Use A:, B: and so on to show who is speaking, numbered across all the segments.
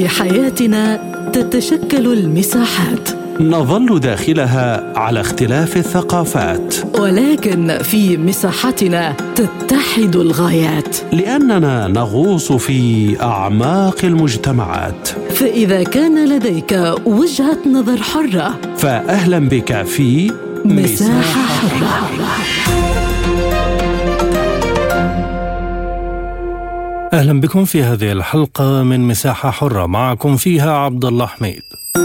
A: حياتنا تتشكل المساحات،
B: نظل داخلها على اختلاف الثقافات،
A: ولكن في مساحتنا تتحد الغايات،
B: لأننا نغوص في أعماق المجتمعات.
A: فإذا كان لديك وجهة نظر حرة،
B: فأهلا بك في
A: مساحة حرة.
C: أهلا بكم في هذه الحلقة من مساحة حرة، معكم فيها عبد الله حميد.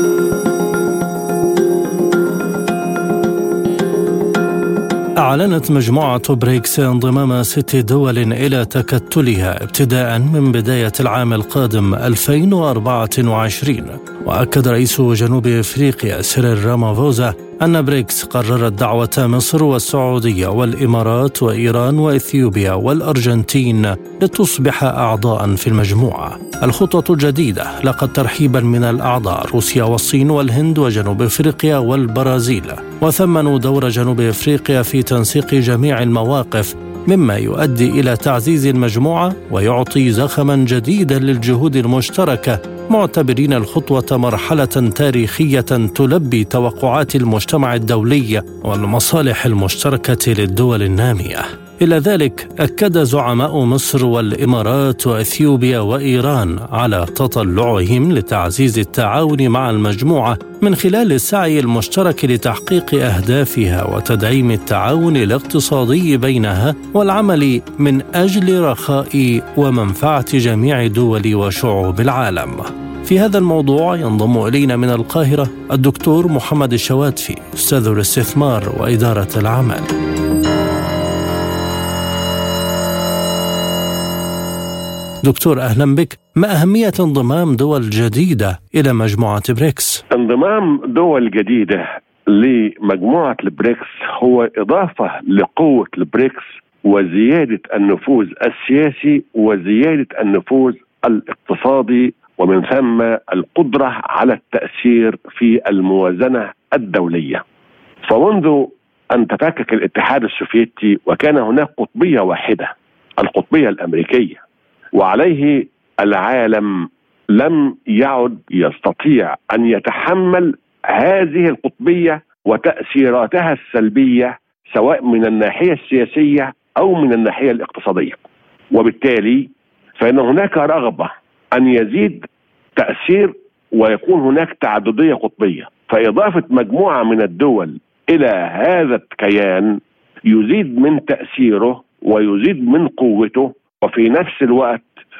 C: أعلنت مجموعة بريكس انضمام 6 دول إلى تكتلها ابتداء من بداية العام القادم 2024. وأكد رئيس جنوب أفريقيا سيريل رامافوزا أن بريكس قررت دعوة مصر والسعودية والإمارات وإيران وإثيوبيا والأرجنتين لتصبح أعضاء في المجموعة. الخطوة الجديدة لقت ترحيبا من الأعضاء روسيا والصين والهند وجنوب أفريقيا والبرازيل، وثمنوا دور جنوب أفريقيا في تنسيق جميع المواقف، مما يؤدي إلى تعزيز المجموعة ويعطي زخما جديدا للجهود المشتركة، معتبرين الخطوة مرحلة تاريخية تلبي توقعات المجتمع الدولي والمصالح المشتركة للدول النامية. إلى ذلك أكد زعماء مصر والإمارات وإثيوبيا وإيران على تطلعهم لتعزيز التعاون مع المجموعة من خلال السعي المشترك لتحقيق أهدافها وتدعيم التعاون الاقتصادي بينها والعمل من أجل رخاء ومنفعة جميع دول وشعوب العالم. في هذا الموضوع ينضم إلينا من القاهرة الدكتور محمد الشواتفي، أستاذ الاستثمار وإدارة الأعمال. دكتور أهلا بك. ما أهمية انضمام دول جديدة إلى مجموعة بريكس؟
D: انضمام دول جديدة لمجموعة البريكس هو إضافة لقوة البريكس وزيادة النفوذ السياسي وزيادة النفوذ الاقتصادي، ومن ثم القدرة على التأثير في الموازنة الدولية. فمنذ أن تفكك الاتحاد السوفيتي وكان هناك قطبية واحدة، القطبية الأمريكية، وعليه العالم لم يعد يستطيع أن يتحمل هذه القطبية وتأثيراتها السلبية سواء من الناحية السياسية أو من الناحية الاقتصادية، وبالتالي فإن هناك رغبة أن يزيد تأثير ويكون هناك تعددية قطبية. فإضافة مجموعة من الدول إلى هذا الكيان يزيد من تأثيره ويزيد من قوته، وفي نفس الوقت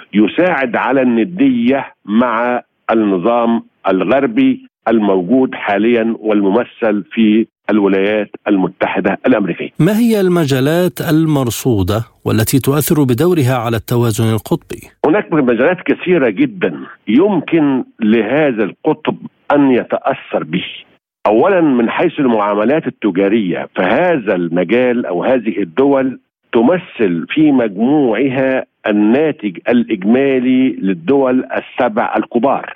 D: يساعد على الندية مع النظام الغربي الموجود حاليا والممثل في الولايات المتحدة الأمريكية.
C: ما هي المجالات المرصودة والتي تؤثر بدورها على التوازن القطبي؟
D: هناك مجالات كثيرة جدا يمكن لهذا القطب أن يتأثر به. أولا من حيث المعاملات التجارية، فهذا المجال أو هذه الدول تمثل في مجموعها الناتج الإجمالي للدول ال7 الكبار،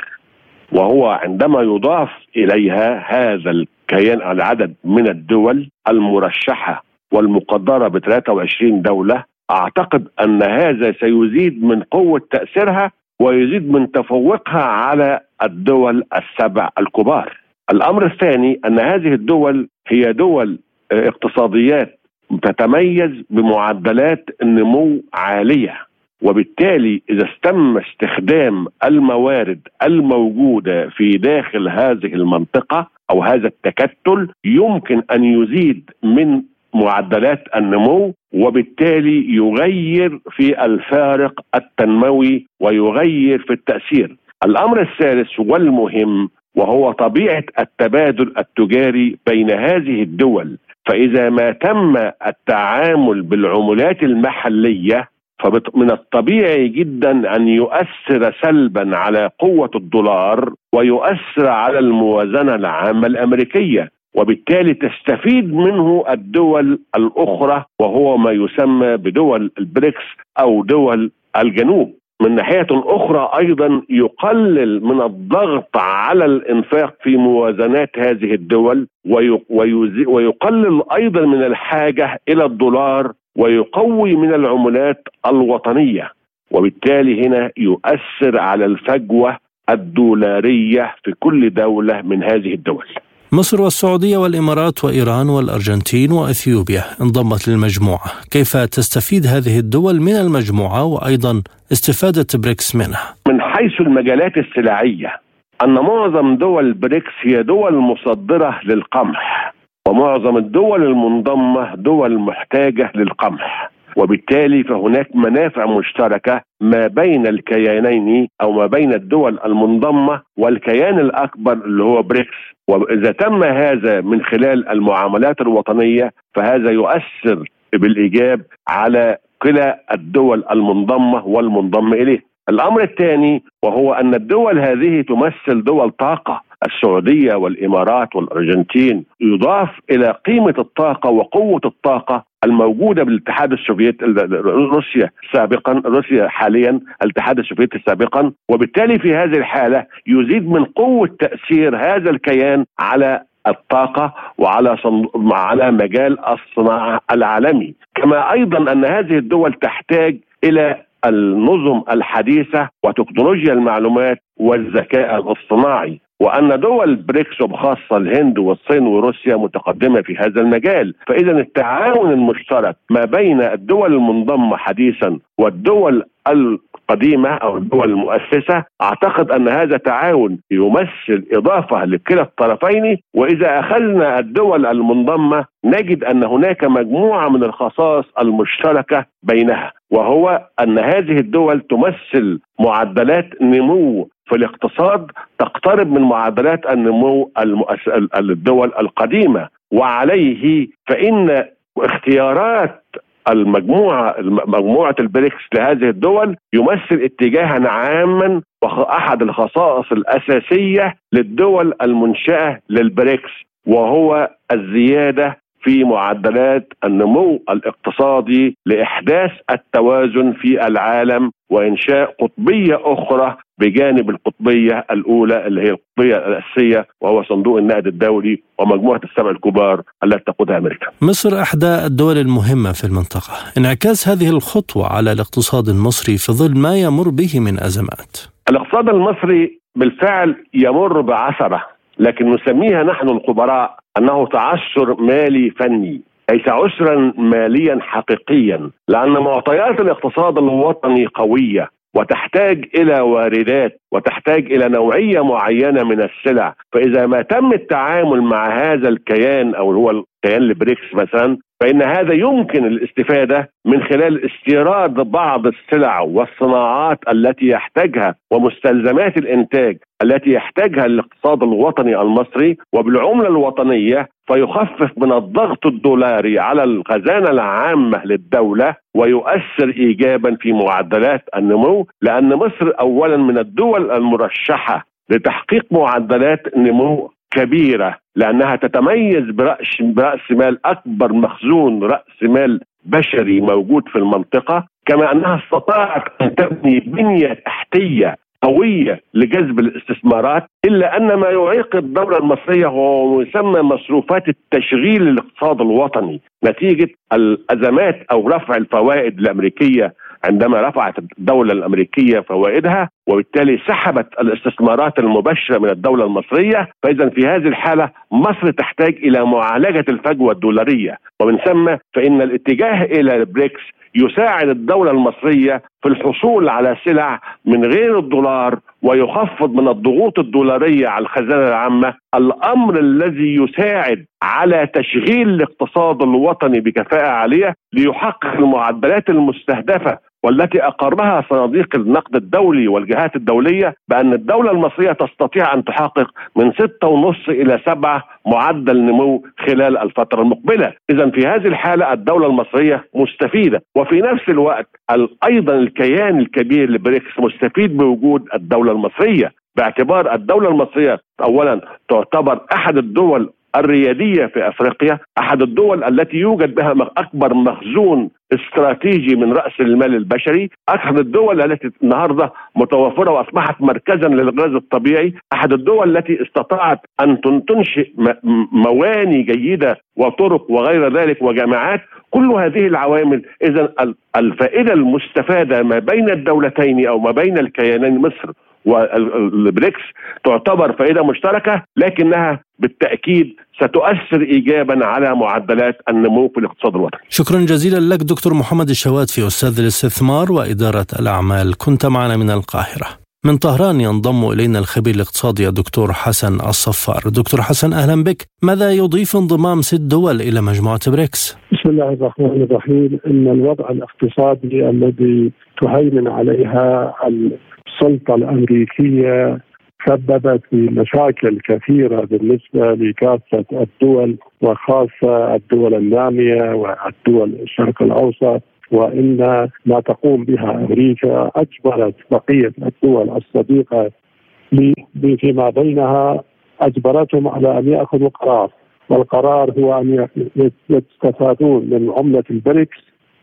D: وهو عندما يضاف إليها هذا الكيان العدد من الدول المرشحة والمقدرة ب23 دولة، أعتقد أن هذا سيزيد من قوة تأثيرها ويزيد من تفوقها على الدول ال7 الكبار. الأمر الثاني أن هذه الدول هي دول اقتصاديات تتميز بمعدلات النمو عالية، وبالتالي إذا تم استخدام الموارد الموجودة في داخل هذه المنطقة أو هذا التكتل يمكن أن يزيد من معدلات النمو، وبالتالي يغير في الفارق التنموي ويغير في التأثير. الأمر الثالث والمهم وهو طبيعة التبادل التجاري بين هذه الدول. فإذا ما تم التعامل بالعملات المحلية فمن الطبيعي جدا أن يؤثر سلبا على قوة الدولار ويؤثر على الموازنة العامة الأمريكية، وبالتالي تستفيد منه الدول الأخرى وهو ما يسمى بدول البريكس أو دول الجنوب. من ناحية أخرى أيضا يقلل من الضغط على الإنفاق في موازنات هذه الدول ويقلل أيضا من الحاجة إلى الدولار ويقوي من العملات الوطنية، وبالتالي هنا يؤثر على الفجوة الدولارية في كل دولة من هذه الدول.
C: مصر والسعودية والإمارات وإيران والأرجنتين وأثيوبيا انضمت للمجموعة، كيف تستفيد هذه الدول من المجموعة وأيضا استفادة بريكس منها؟
D: من حيث المجالات السلعية أن معظم دول بريكس هي دول مصدرة للقمح، ومعظم الدول المنضمة دول محتاجة للقمح، وبالتالي فهناك منافع مشتركة ما بين الكيانين أو ما بين الدول المنضمة والكيان الأكبر اللي هو بريكس. وإذا تم هذا من خلال المعاملات الوطنية فهذا يؤثر بالإيجاب على كلا الدول المنضمة والمنضم إليه. الأمر الثاني وهو أن الدول هذه تمثل دول طاقة، السعودية والإمارات والأرجنتين، يضاف إلى قيمة الطاقة وقوة الطاقة الموجودة بالاتحاد السوفيتي، روسيا حاليا، الاتحاد السوفيتي سابقا، وبالتالي في هذه الحالة يزيد من قوة تأثير هذا الكيان على الطاقة وعلى مجال الصناعة العالمي. كما أيضا أن هذه الدول تحتاج إلى النظم الحديثة وتكنولوجيا المعلومات والذكاء الاصطناعي، وأن دول بريكس وبخاصة الهند والصين وروسيا متقدمة في هذا المجال. فإذا التعاون المشترك ما بين الدول المنضمة حديثا والدول القديمة أو الدول المؤسسة، أعتقد أن هذا تعاون يمثل إضافة لكلا الطرفين. وإذا أخذنا الدول المنضمة نجد أن هناك مجموعة من الخصائص المشتركة بينها، وهو أن هذه الدول تمثل معدلات نمو في الاقتصاد تقترب من معدلات النمو الدول القديمة، وعليه فإن اختيارات مجموعة البريكس لهذه الدول يمثل اتجاها عاما، وأحد الخصائص الأساسية للدول المنشأة للبريكس وهو الزيادة في معدلات النمو الاقتصادي لإحداث التوازن في العالم وإنشاء قطبية أخرى بجانب القطبية الأولى اللي هي القطبية الأساسية وهو صندوق النقد الدولي ومجموعة السبع الكبار التي تقودها أمريكا.
C: مصر إحدى الدول المهمة في المنطقة، انعكاس هذه الخطوة على الاقتصاد المصري في ظل ما يمر به من أزمات.
D: الاقتصاد المصري بالفعل يمر بعثرة، لكن نسميها نحن الخبراء أنه تعثر مالي فني، ليس عسرا ماليا حقيقيا، لأن معطيات الاقتصاد الوطني قوية وتحتاج إلى واردات وتحتاج إلى نوعية معينة من السلع. فإذا ما تم التعامل مع هذا الكيان أو هو الكيان البريكس مثلا، فإن هذا يمكن الاستفادة من خلال استيراد بعض السلع والصناعات التي يحتاجها ومستلزمات الإنتاج التي يحتاجها الاقتصاد الوطني المصري وبالعملة الوطنية، فيخفف من الضغط الدولاري على الخزانة العامة للدولة ويؤثر إيجابا في معدلات النمو، لأن مصر أولا من الدول المرشحة لتحقيق معدلات نمو كبيرة، لأنها تتميز برأس مال أكبر مخزون رأس مال بشري موجود في المنطقة، كما أنها استطاعت أن تبني بنية تحتية قوية لجذب الاستثمارات. إلا أن ما يعيق الدولة المصرية هو يسمى مصروفات التشغيل للاقتصاد الوطني نتيجة الأزمات أو رفع الفوائد الأمريكية عندما رفعت الدولة الأمريكية فوائدها، وبالتالي سحبت الاستثمارات المباشرة من الدولة المصرية. فإذا في هذه الحالة مصر تحتاج إلى معالجة الفجوة الدولارية، ومن ثم فإن الاتجاه إلى البريكس يساعد الدولة المصرية في الحصول على سلع من غير الدولار ويخفض من الضغوط الدولارية على الخزانة العامة، الأمر الذي يساعد على تشغيل الاقتصاد الوطني بكفاءة عالية ليحقق المعدلات المستهدفة والتي أقرها صناديق النقد الدولي والجهات الدولية بأن الدولة المصرية تستطيع أن تحقق من 6.5 إلى 7 معدل نمو خلال الفترة المقبلة. إذن في هذه الحالة الدولة المصرية مستفيدة، وفي نفس الوقت أيضا الكيان الكبير لبريكس مستفيد بوجود الدولة المصرية، باعتبار الدولة المصرية أولا تعتبر أحد الدول الريادية في أفريقيا، أحد الدول التي يوجد بها أكبر مخزون استراتيجي من رأس المال البشري، أحد الدول التي النهاردة متوفرة وأصبحت مركزا للغاز الطبيعي، أحد الدول التي استطاعت أن تنشئ مواني جيدة وطرق وغير ذلك وجامعات. كل هذه العوامل إذن الفائدة المستفادة ما بين الدولتين أو ما بين الكيانين مصر والبريكس تعتبر فائدة مشتركة، لكنها بالتأكيد ستؤثر إيجابا على معدلات النمو في الاقتصاد الوطني.
C: شكرا جزيلا لك دكتور محمد الشواتفي، أستاذ الاستثمار وإدارة الأعمال، كنت معنا من القاهرة. من طهران ينضم إلينا الخبير الاقتصادي الدكتور حسن الصفار. دكتور حسن، أهلا بك. ماذا يضيف انضمام 6 دول إلى مجموعة بريكس؟
E: بسم الله الرحمن الرحيم. إن الوضع الاقتصادي الذي تهيمن عليها السلطة الأمريكية سببت بمشاكل كثيرة بالنسبة لكافة الدول، وخاصة الدول النامية والدول الشرق الأوسط، وإن ما تقوم بها أمريكا أجبرت بقية الدول الصديقة فيما بينها، أجبرتهم على أن يأخذوا قرار، والقرار هو أن يستفادون من عملة البريكس.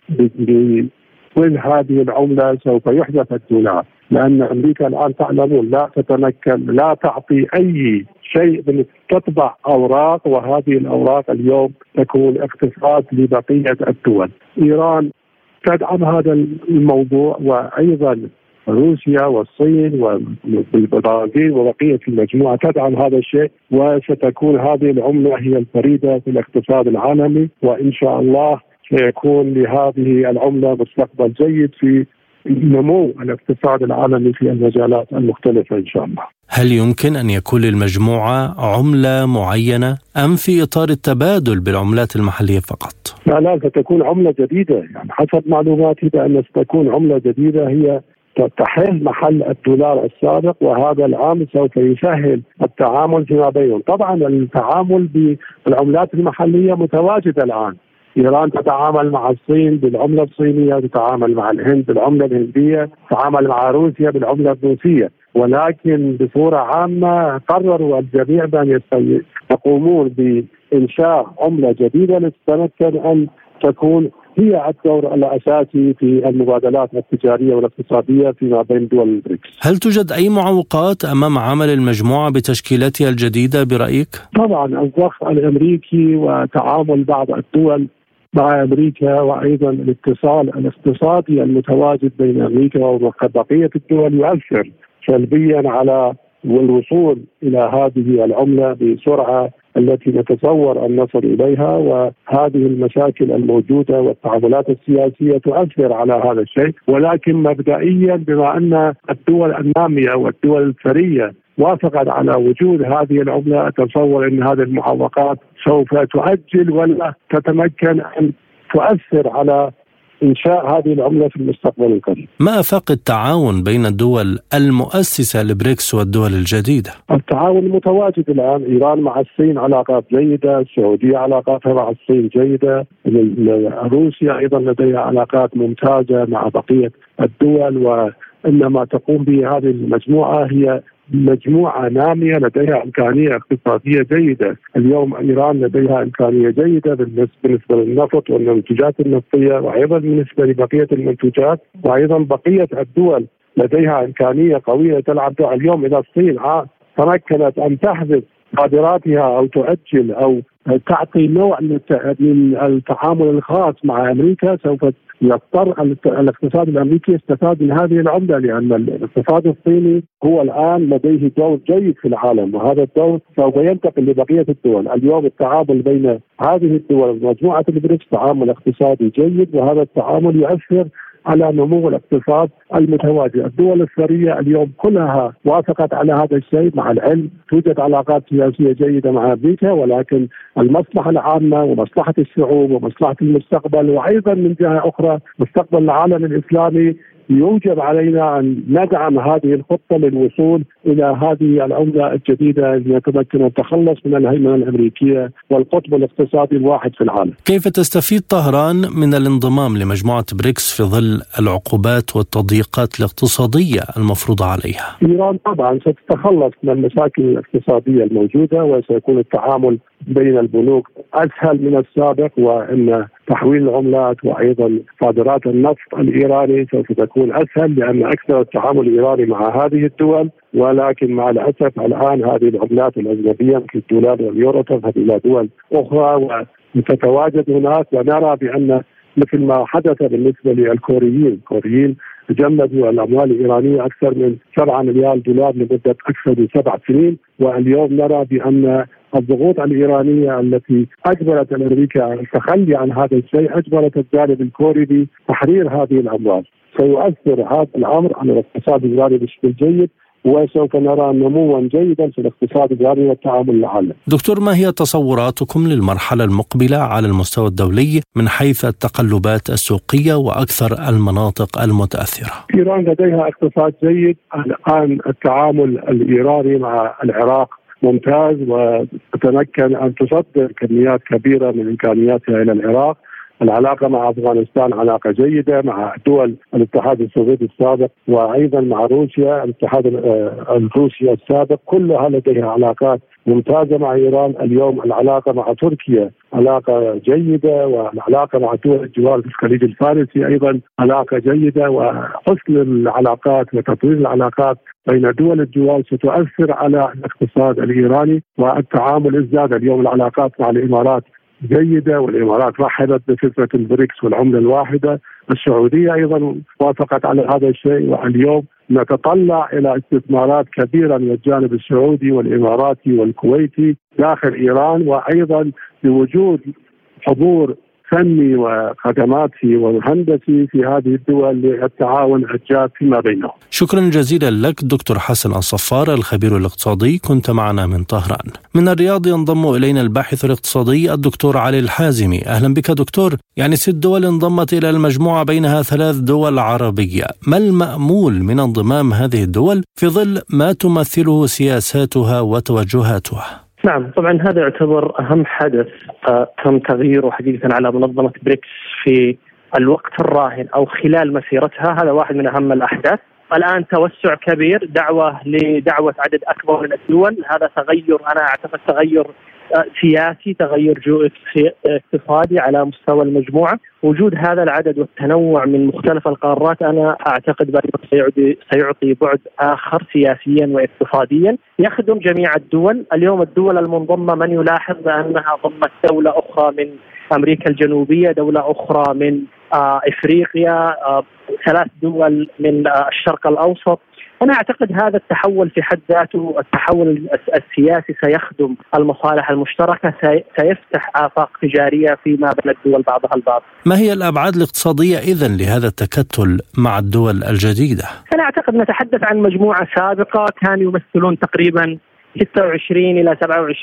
E: وين هذه العملة سوف يحدث الدولار، لأن أمريكا الآن تعلمون لا تتمكن، لا تعطي أي شيء، تطبع أوراق، وهذه الأوراق اليوم تكون اقتصاد لبقية الدول. إيران تدعم هذا الموضوع، وأيضا روسيا والصين والبرازيل وبقية المجموعة تدعم هذا الشيء، وستكون هذه العملة هي الفريدة في الاقتصاد العالمي، وإن شاء الله سيكون لهذه العملة مستقبل جيد في نمو الاقتصاد العالمي في المجالات المختلفة إن شاء الله.
C: هل يمكن أن يكون للمجموعة عملة معينة أم في إطار التبادل بالعملات المحلية فقط؟
E: لا، ستكون عملة جديدة، يعني حسب معلوماتي بأن ستكون عملة جديدة هي تحل محل الدولار السابق، وهذا العام سوف يسهل التعامل فيما بينهم. طبعا التعامل بالعملات المحلية متواجد الآن، إيران تتعامل مع الصين بالعملة الصينية، تتعامل مع الهند بالعملة الهندية، تتعامل مع روسيا بالعملة الروسية، ولكن بصورة عامة قرروا الجميع بأن يقومون بإنشاء عملة جديدة لتتمكن أن تكون هي الدور الأساسي في المبادلات التجارية والاقتصادية فيما بين دول البريكس.
C: هل توجد أي معوقات أمام عمل المجموعة بتشكيلتها الجديدة برأيك؟
E: طبعا الضغط الأمريكي وتعامل بعض الدول مع أمريكا، وأيضا الاتصال الاقتصادي المتواجد بين أمريكا وبقية الدول يؤثر سلبيا على الوصول إلى هذه العملة بسرعة التي نتصور أن نصل إليها. وهذه المشاكل الموجودة والتعاملات السياسية تؤثر على هذا الشيء، ولكن مبدئيا بما أن الدول النامية والدول الثرية وافقت على وجود هذه العملة، أتصور أن هذه المعوقات سوف تؤجل ولا تتمكن أن تؤثر على إنشاء هذه العملة في المستقبل القريب.
C: ما آفاق التعاون بين الدول المؤسسة لبريكس والدول الجديدة؟
E: التعاون متواجد الآن، إيران مع الصين علاقات جيدة، السعودية علاقاتها مع الصين جيدة، روسيا أيضا لديها علاقات ممتازة مع بقية الدول. وإنما تقوم به هذه المجموعة هي مجموعة نامية لديها إمكانية اقتصادية جيدة. اليوم إيران لديها إمكانية جيدة بالنسبة للنفط والمنتجات النفطية، وأيضا بالنسبة لبقية المنتجات، وأيضا بقية الدول لديها إمكانية قوية تلعب دور. اليوم إذا الصين تمكنت أن تحذف صادراتها أو تؤجل أو تعطي نوع من التعامل الخاص مع أمريكا، سوف يضطر الاقتصاد الأمريكي يستفاد من هذه العملة، لأن الاقتصاد الصيني هو الآن لديه دور جيد في العالم، وهذا الدور سوف ينتقل لبقية الدول. اليوم التعامل بين هذه الدول ومجموعة البريكس تعامل اقتصادي جيد، وهذا التعامل يؤثر على نمو الاقتصاد المتواجد. الدول الثرية اليوم كلها وافقت على هذا الشيء، مع العلم توجد علاقات سياسية جيدة مع أمريكا، ولكن المصلحة العامة ومصلحة الشعوب ومصلحة المستقبل، وأيضا من جهة أخرى مستقبل العالم الإسلامي، يوجب علينا أن ندعم هذه الخطة للوصول إلى هذه العملة الجديدة لنتمكن التخلص من الهيمنة الأمريكية والقطب الاقتصادي الواحد في العالم.
C: كيف تستفيد طهران من الانضمام لمجموعة بريكس في ظل العقوبات والتضييقات الاقتصادية المفروضة عليها؟
E: إيران طبعا ستتخلص من المشاكل الاقتصادية الموجودة، وسيكون التعامل بين البنوك أسهل من السابق، وأن تحويل العملات وأيضا صادرات النفط الإيراني سوف تكون أسهل، لأن أكثر التعامل الإيراني مع هذه الدول. ولكن مع الأسف الآن هذه العملات الأجنبية مثل الدولار واليورو تذهب إلى دول أخرى وتتواجد هناك، ونرى بأن مثل ما حدث بالنسبة للكوريين جمدوا الأموال الإيرانية أكثر من 7 مليار دولار لمدة أكثر من 7 سنين. واليوم نرى بأن الضغوط الإيرانية التي أجبرت أمريكا على التخلي عن هذا الشيء أجبرت الجانب الكوري بتحرير هذه الأموال. سيؤثر هذا الأمر على الاقتصاد الإيراني بشكل جيد، وسوف نرى نموا جيدا في الاقتصاد الإيراني والتعامل العالمي.
C: دكتور، ما هي تصوراتكم للمرحلة المقبلة على المستوى الدولي من حيث التقلبات السوقية وأكثر المناطق المتأثرة؟
E: إيران لديها اقتصاد جيد. الآن التعامل الإيراني مع العراق ممتاز، وتتمكن أن تصدر كميات كبيرة من إمكانياتها إلى العراق. العلاقة مع أفغانستان علاقة جيدة، مع دول الاتحاد السوفيتي السابق وأيضا مع روسيا الاتحاد الروسي السابق، كلها لديها علاقات ممتازة مع إيران. اليوم العلاقة مع تركيا علاقة جيدة، والعلاقة مع دول الجوار في الخليج الفارسي أيضا علاقة جيدة. وحسن العلاقات وتطوير العلاقات بين دول الجوار ستؤثر على الاقتصاد الإيراني والتعامل ازداد. اليوم العلاقات مع الإمارات جيدة، والإمارات رحبت بفكرة البريكس والعملة الواحدة. السعودية أيضا وافقت على هذا الشيء، واليوم نتطلع إلى استثمارات كبيرة من الجانب السعودي والإماراتي والكويتي داخل إيران، وأيضا بوجود حضور فني وخدماتي وهندسي في هذه الدول للتعاون الجاد فيما بينهم.
C: شكرا جزيلا لك دكتور حسن الصفار الخبير الاقتصادي، كنت معنا من طهران. من الرياض ينضم إلينا الباحث الاقتصادي الدكتور علي الحازمي. أهلا بك دكتور. 6 دول انضمت إلى المجموعة، بينها 3 دول عربية. ما المأمول من انضمام هذه الدول في ظل ما تمثله سياساتها وتوجهاتها؟
F: نعم، طبعا هذا يعتبر أهم حدث تم تغييره حقيقة على منظمة بريكس في الوقت الراهن أو خلال مسيرتها. هذا واحد من أهم الأحداث. الآن توسع كبير، دعوة عدد أكبر من الدول. هذا تغير، أنا أعتقد تغير سياسي، تغير اقتصادي على مستوى المجموعة. وجود هذا العدد والتنوع من مختلف القارات أنا أعتقد بأنه سيعطي بعد آخر سياسيا واقتصاديا يخدم جميع الدول. اليوم الدول المنضمة من يلاحظ بأنها ضمت دولة أخرى من أمريكا الجنوبية، دولة أخرى من إفريقيا، 3 دول من الشرق الأوسط. أنا أعتقد هذا التحول في حد ذاته، التحول السياسي سيخدم المصالح المشتركة، سيفتح آفاق تجارية فيما بين الدول بعضها البعض.
C: ما هي الأبعاد الاقتصادية إذن لهذا التكتل مع الدول الجديدة؟
F: أنا أعتقد نتحدث عن مجموعة سابقة كانوا يمثلون تقريبا 26 إلى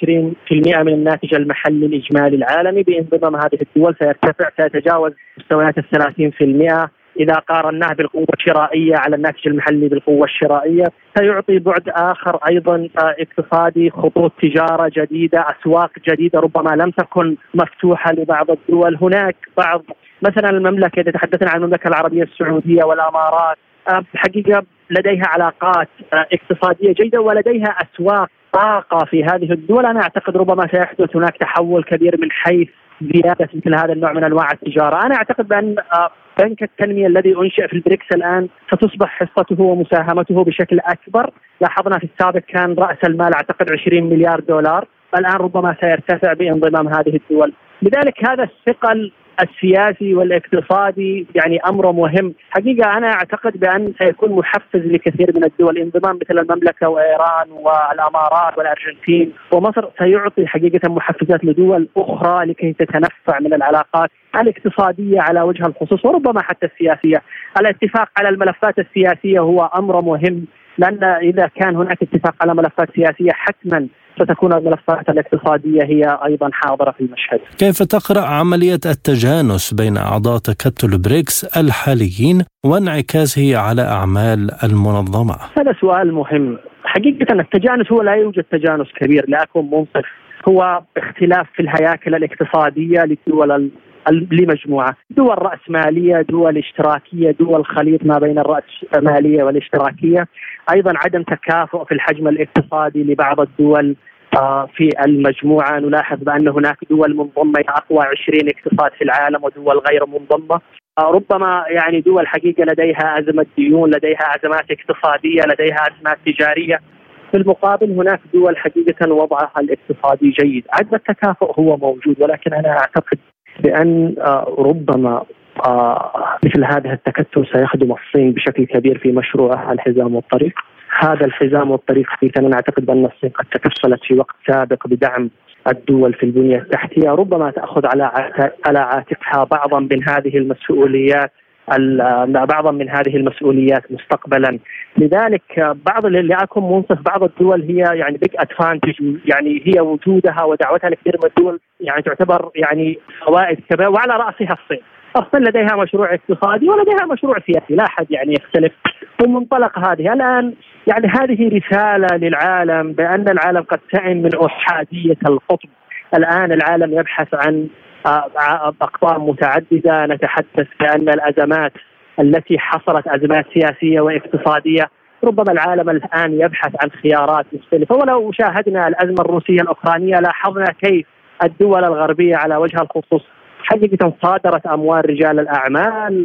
F: 27% من الناتج المحلي الإجمالي العالمي. بانضمام هذه الدول سيتجاوز مستويات 30%. إذا قارناه بالقوة الشرائية على الناتج المحلي بالقوة الشرائية، سيعطي بعد آخر أيضا اقتصادي، خطوط تجارة جديدة، أسواق جديدة ربما لم تكن مفتوحة لبعض الدول. هناك بعض مثلا المملكة، إذا تحدثنا عن المملكة العربية السعودية والأمارات، حقيقة لديها علاقات اقتصادية جيدة ولديها أسواق طاقة في هذه الدول. أنا أعتقد ربما سيحدث هناك تحول كبير من حيث زيادة مثل هذا النوع من أنواع التجارة. أنا أعتقد بأن بنك التنمية الذي أنشئ في البريكس الآن ستصبح حصته ومساهمته بشكل أكبر. لاحظنا في السابق كان رأس المال أعتقد 20 مليار دولار، الآن ربما سيرتفع بانضمام هذه الدول. لذلك هذا الثقل السياسي والاقتصادي يعني أمر مهم. حقيقة أنا أعتقد بأن سيكون محفز لكثير من الدول. انضمام مثل المملكة وإيران والأمارات والأرجنتين ومصر سيعطي حقيقة محفزات لدول أخرى لكي تتنفع من العلاقات الاقتصادية على وجه الخصوص وربما حتى السياسية. الاتفاق على الملفات السياسية هو أمر مهم، لأن إذا كان هناك اتفاق على ملفات سياسية حتما ستكون الملفات الاقتصادية هي أيضا حاضرة في المشهد.
C: كيف تقرأ عملية التجانس بين أعضاء تكتل بريكس الحاليين وانعكاسه على أعمال المنظمة؟
F: هذا سؤال مهم. حقيقة التجانس هو لا يوجد تجانس كبير، لا أكون منصف، هو اختلاف في الهياكل الاقتصادية للدول لمجموعة دول رأسمالية، دول اشتراكية، دول خليط ما بين الرأسمالية والاشتراكية. أيضا عدم تكافؤ في الحجم الاقتصادي لبعض الدول في المجموعة. نلاحظ بأن هناك دول منضمة أقوى 20 اقتصاد في العالم ودول غير منضمة. ربما يعني دول حقيقة لديها أزمة ديون، لديها أزمات اقتصادية، لديها أزمات تجارية. في المقابل هناك دول حقيقة وضعها الاقتصادي جيد. عدم التكافؤ هو موجود، ولكن أنا أعتقد بأن ربما مثل هذا التكتل سيخدم الصين بشكل كبير في مشروعها الحزام والطريق. هذا الحزام والطريق أنا نعتقد بأن الصين قد تكفلت في وقت سابق بدعم الدول في البنية التحتية، ربما تأخذ على عاتقها بعضا من هذه المسؤوليات مستقبلا. لذلك بعض اللي أكون منصف بعض الدول هي يعني بيج ادفانتج، يعني هي وجودها ودعوتها لكثير من الدول يعني تعتبر يعني فوائد كبيرة، وعلى رأسها الصين. الصين لديها مشروع اقتصادي ولديها مشروع سياسي، لا أحد يعني يختلف. ومن منطلق هذه الآن يعني هذه رسالة للعالم بأن العالم قد تعن من أحادية القطب. الآن العالم يبحث عن أقطاب متعددة، نتحدث بأن الأزمات التي حصلت أزمات سياسية واقتصادية، ربما العالم الآن يبحث عن خيارات مختلفة. ولو شاهدنا الأزمة الروسية الأوكرانية لاحظنا كيف الدول الغربية على وجه الخصوص حقيقة صادرت أموال رجال الأعمال،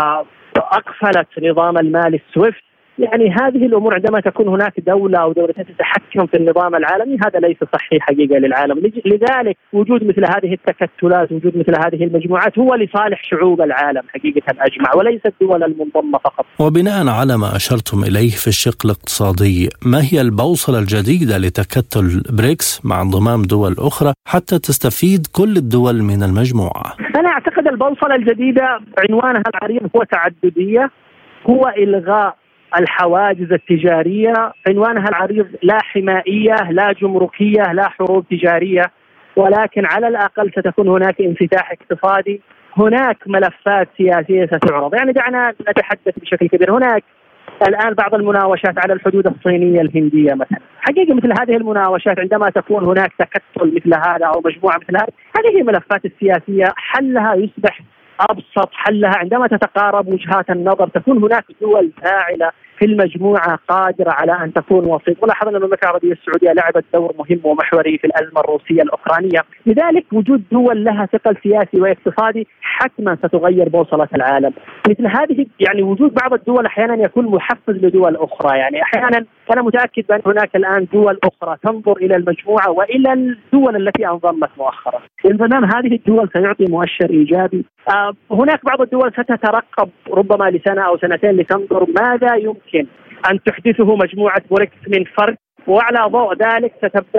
F: أقفلت نظام المال السويفت. يعني هذه الأمور عندما تكون هناك دولة أو دولتين تتحكم في النظام العالمي هذا ليس صحيح حقيقة للعالم. لذلك وجود مثل هذه التكتلات، وجود مثل هذه المجموعات هو لصالح شعوب العالم حقيقة أجمع وليس الدول المنضمة فقط.
C: وبناء على ما أشرتم إليه في الشق الاقتصادي، ما هي البوصلة الجديدة لتكتل بريكس مع انضمام دول أخرى حتى تستفيد كل الدول من المجموعة؟
F: أنا أعتقد البوصلة الجديدة عنوانها العريض هو تعددية، هو إلغاء الحواجز التجارية. عنوانها العريض لا حمائية، لا جمركية، لا حروب تجارية، ولكن على الأقل ستكون هناك انفتاح اقتصادي. هناك ملفات سياسية ستعرض، يعني دعنا نتحدث بشكل كبير. هناك الآن بعض المناوشات على الحدود الصينية الهندية مثلا. حقيقة مثل هذه المناوشات عندما تكون هناك تكتل مثل هذا أو مجموعة مثل هذه، هذه الملفات السياسية حلها يصبح أبسط. حلها عندما تتقارب وجهات النظر، تكون هناك دول فاعلة في المجموعة قادرة على أن تكون وسيط. ولاحظنا أن المملكة العربية السعودية لعبت دور مهم ومحوري في الأزمة الروسية الأوكرانية. لذلك وجود دول لها ثقل سياسي واقتصادي حتما ستغير بوصلة العالم. مثل هذه يعني وجود بعض الدول أحيانا يكون محفز لدول أخرى. يعني أحيانا أنا متأكد بأن هناك الآن دول أخرى تنظر إلى المجموعة وإلى الدول التي انضمت مؤخرا. انضمام هذه الدول سيعطي مؤشر إيجابي. هناك بعض الدول ستترقب ربما لسنة أو سنتين لتنظر ماذا يمكن أن تحدثه مجموعة بريكس من فرق، وعلى ضوء ذلك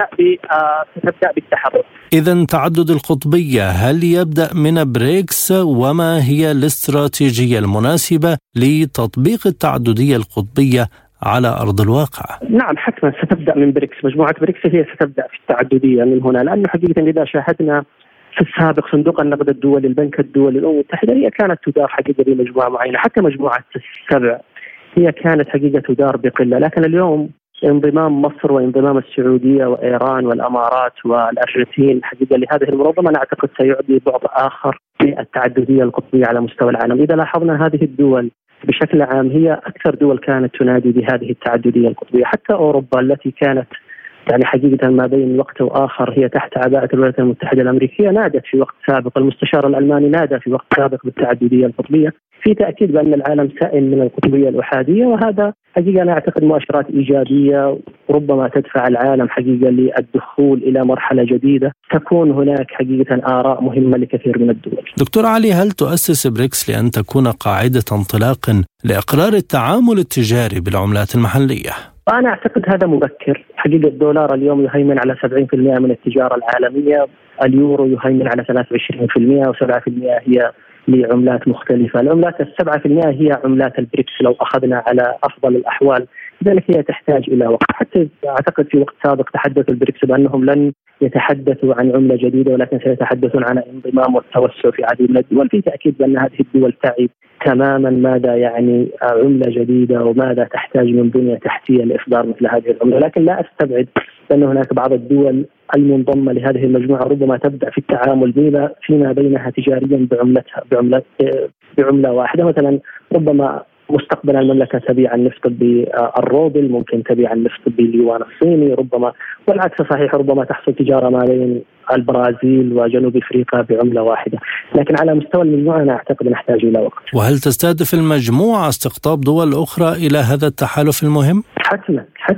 F: ستبدأ بالتحرك.
C: إذن تعدد القطبية هل يبدأ من بريكس؟ وما هي الاستراتيجية المناسبة لتطبيق التعددية القطبية على أرض الواقع؟
F: نعم حتما ستبدأ من بريكس. مجموعة بريكس هي ستبدأ في التعددية من هنا، لأنه حقيقة إذا شاهدنا في السابق صندوق النقد الدولي، البنك الدولي، الأمم المتحدة، هي كانت تدار حقيقة بمجموعة معينة. حتى مجموعة السبع هي كانت حقيقة تدار بقلة، لكن اليوم انضمام مصر وانضمام السعودية وإيران والأمارات والأرجنتين حقيقة لهذه المنظمة نعتقد سيعطي بعد آخر في التعددية القطبية على مستوى العالم. إذا لاحظنا هذه الدول بشكل عام هي أكثر دول كانت تنادي بهذه التعددية القطبية. حتى أوروبا التي كانت يعني حقيقة ما بين وقت وآخر هي تحت عباءة الولايات المتحدة الأمريكية نادت في وقت سابق، المستشار الألماني نادى في وقت سابق بالتعددية القطبية، في تأكيد بأن العالم سائل من القطبية الأحادية. وهذا حقيقة أنا أعتقد مؤشرات إيجابية وربما تدفع العالم حقيقة للدخول إلى مرحلة جديدة تكون هناك حقيقة آراء مهمة لكثير من الدول.
C: دكتور علي، هل تؤسس بريكس لأن تكون قاعدة انطلاق لإقرار التعامل التجاري بالعملات المحلية؟
F: أنا أعتقد هذا مبكر. حقيقة الدولار اليوم يهيمن على 70% من التجارة العالمية، اليورو يهيمن على 23% و7% هي لعملات مختلفة. العملات 7% هي عملات البريكس لو أخذنا على أفضل الأحوال، لذلك هي تحتاج إلى وقت. حتى أعتقد في وقت سابق تحدث البريكس بأنهم لن يتحدثوا عن عملة جديدة ولكن سيتحدثون عن انضمام والتوسع في عديد من الدول. في تأكيد بأن هذه الدول تعي تماما ماذا يعني عملة جديدة وماذا تحتاج من بنية تحتية لإصدار مثل هذه العملة، لكن لا أستبعد أن هناك بعض الدول المنضمة لهذه المجموعة ربما تبدأ في التعامل فيما بينها تجاريا بعملة واحدة. مثلا ربما مستقبلا المملكة تبيع النفط بالروبل، ممكن تبيع النفط باليوان الصيني، ربما والعكس صحيح، ربما تحصل تجارة ما بين البرازيل وجنوب أفريقيا بعملة واحدة. لكن على مستوى المجموعة أنا أعتقد نحتاج إلى وقت.
C: وهل تستهدف المجموعة استقطاب دول أخرى إلى هذا التحالف المهم؟
F: حتما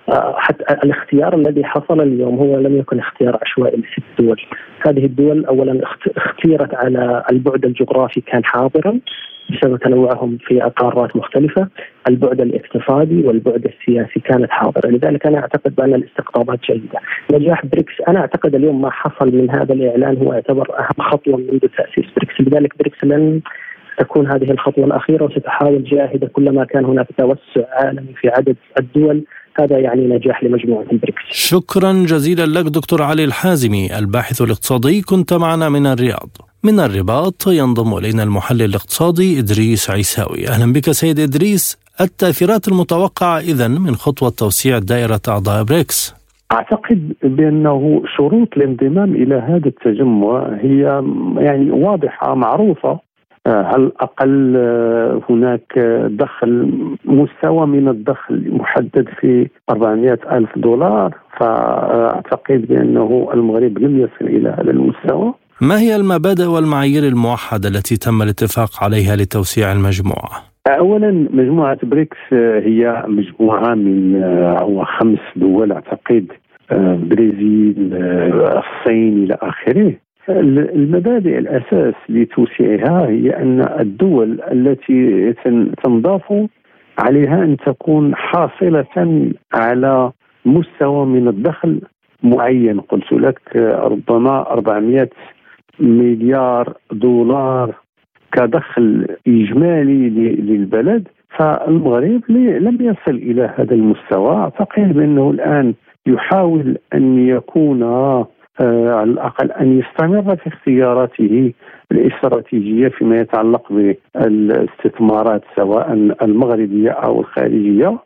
F: حتى الاختيار الذي حصل اليوم هو لم يكن اختيار عشوائي لست دول. هذه الدول أولا اختيرت على البعد الجغرافي كان حاضرا بسبب تنوعهم في قارات مختلفة، البعد الاقتصادي والبعد السياسي كانت حاضرة. لذلك أنا أعتقد بأن الاستقطابات جيدة. نجاح بريكس، أنا أعتقد اليوم ما حصل من هذا الإعلان هو يعتبر أهم خطوة منذ تأسيس بريكس. لذلك بريكس لن تكون هذه الخطوة الأخيرة، وستحاول جاهدة كلما كان هناك توسع عالمي في عدد الدول. هذا يعني نجاح لمجموعة البريكس.
C: شكرا جزيلا لك دكتور علي الحازمي، الباحث الاقتصادي، كنت معنا من الرياض. من الرباط ينضم إلينا المحلل الاقتصادي إدريس عيساوي. أهلا بك سيد إدريس. التأثيرات المتوقعة إذن من خطوة توسيع دائرة أعضاء بريكس؟
E: أعتقد بأنه شروط الانضمام إلى هذا التجمع هي يعني واضحة معروفة. على الأقل هناك دخل، مستوى من الدخل محدد في 400,000 دولار، فأعتقد بأنه المغرب لم يصل إلى هذا المستوى.
C: ما هي المبادئ والمعايير الموحدة التي تم الاتفاق عليها لتوسيع المجموعة؟
E: أولا مجموعة بريكس هي مجموعة من 5 دول أعتقد، برازيل، الصين إلى آخره. المبادئ الأساس لتوسيعها هي أن الدول التي تنضاف عليها أن تكون حاصلة على مستوى من الدخل معين. قلت لك ربما 400 مليار دولار كدخل إجمالي للبلد، فالمغرب لم يصل إلى هذا المستوى. أعتقد بأنه الآن يحاول أن يكون على الأقل أن يستمر في اختياراته الاستراتيجية فيما يتعلق بالاستثمارات سواء المغربية أو الخارجية،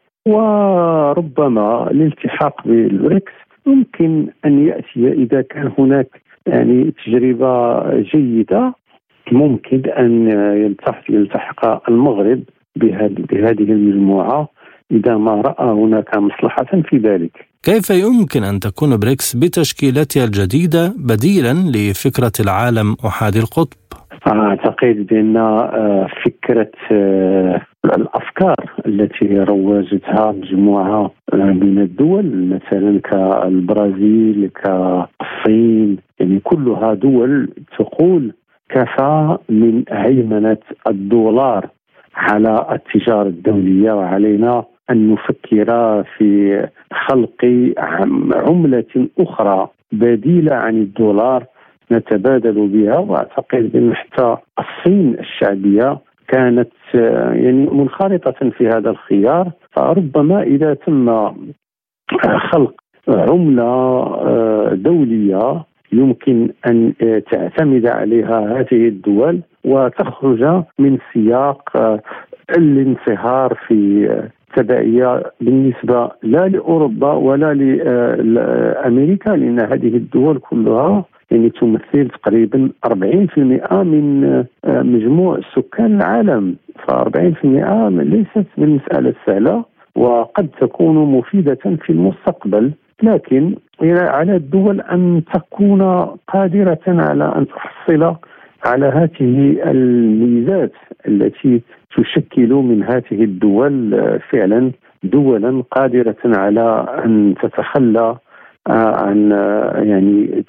E: وربما الالتحاق بالبريكس يمكن أن يأتي إذا كان هناك يعني تجربة جيدة. ممكن أن يلتحق المغرب بهذه المجموعة إذا ما رأى هناك مصلحة في ذلك.
C: كيف يمكن أن تكون بريكس بتشكيلتها الجديدة بديلا لفكرة العالم أحادي القطب؟
E: أعتقد بأن فكرة الأفكار التي روجتها مجموعة من الدول مثلا كالبرازيل كالصين، يعني كلها دول تقول كفى من هيمنة الدولار على التجارة الدولية، وعلينا أن نفكر في خلق عملة أخرى بديلة عن الدولار نتبادل بها. وأعتقد أن حتى الصين الشعبية كانت يعني منخرطة في هذا الخيار، فربما إذا تم خلق عملة دولية يمكن أن تعتمد عليها هذه الدول وتخرج من سياق الانصهار في تبعية بالنسبة لا لأوروبا ولا لأمريكا، لأن هذه الدول كلها يعني تمثل تقريبا 40% من مجموع سكان العالم، ف40% ليست بالمسألة سهلة وقد تكون مفيدة في المستقبل. لكن على الدول أن تكون قادرة على أن تحصل على هذه الميزات التي تشكل من هذه الدول فعلا دولا قادرة على أن تتخلى عن يعني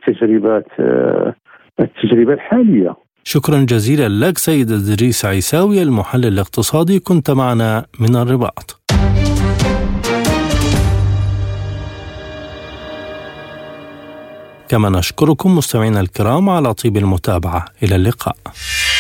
E: التجربة الحالية.
C: شكرا جزيلا لك سيد إدريس عيساوي، المحلل الاقتصادي، كنت معنا من الرباط. كما نشكركم مستمعينا الكرام على طيب المتابعة. إلى اللقاء.